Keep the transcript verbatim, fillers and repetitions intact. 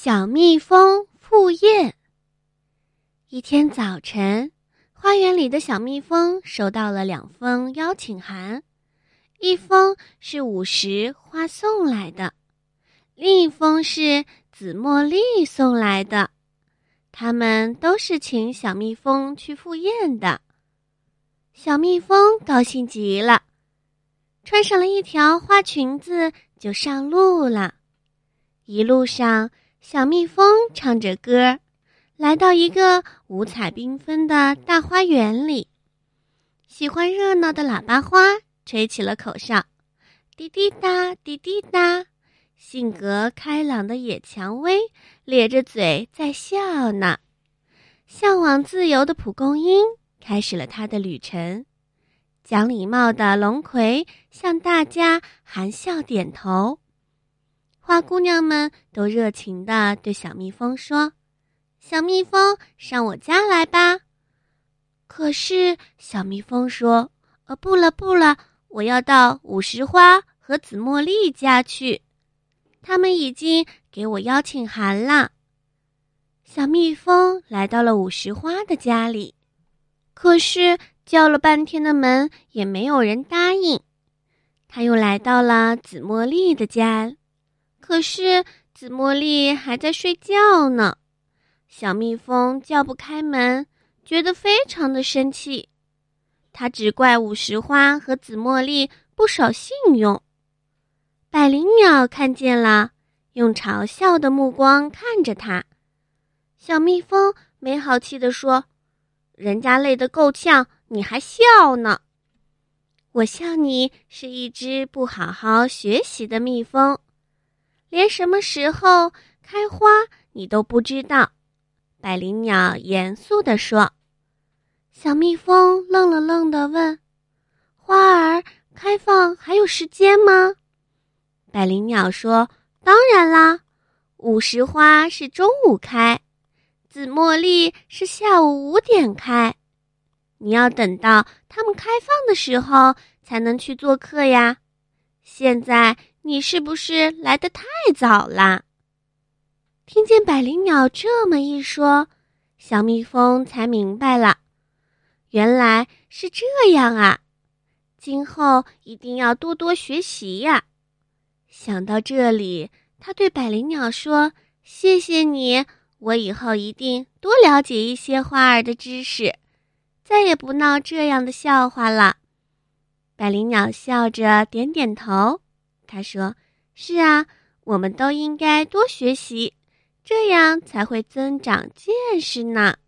小蜜蜂赴宴。一天早晨，花园里的小蜜蜂收到了两封邀请函，一封是午时花送来的，另一封是紫茉莉送来的。他们都是请小蜜蜂去赴宴的。小蜜蜂高兴极了，穿上了一条花裙子就上路了。一路上，小蜜蜂唱着歌，来到一个五彩缤纷的大花园里。喜欢热闹的喇叭花吹起了口哨，滴滴答，滴滴答。性格开朗的野蔷薇咧着嘴在笑呢。向往自由的蒲公英开始了它的旅程。讲礼貌的龙葵向大家含笑点头。花姑娘们都热情地对小蜜蜂说：“小蜜蜂，上我家来吧。”可是小蜜蜂说：“呃，不了不了，我要到五十花和紫茉莉家去，他们已经给我邀请函了。”小蜜蜂来到了五十花的家里，可是叫了半天的门也没有人答应。他又来到了紫茉莉的家，可是紫茉莉还在睡觉呢。小蜜蜂叫不开门，觉得非常的生气。他只怪五十花和紫茉莉不守信用。百灵鸟看见了，用嘲笑的目光看着他。小蜜蜂没好气地说：“人家累得够呛，你还笑呢。我笑你是一只不好好学习的蜜蜂，连什么时候开花你都不知道。”百灵鸟严肃地说。小蜜蜂愣了愣地问：“花儿开放还有时间吗？”百灵鸟说：“当然啦，午时花是中午开，紫茉莉是下午五点开。你要等到它们开放的时候才能去做客呀。现在你是不是来得太早啦？”听见百灵鸟这么一说，小蜜蜂才明白了，原来是这样啊，今后一定要多多学习呀。想到这里，他对百灵鸟说：“谢谢你，我以后一定多了解一些花儿的知识，再也不闹这样的笑话了。”百灵鸟笑着点点头，他说：“是啊，我们都应该多学习，这样才会增长见识呢。”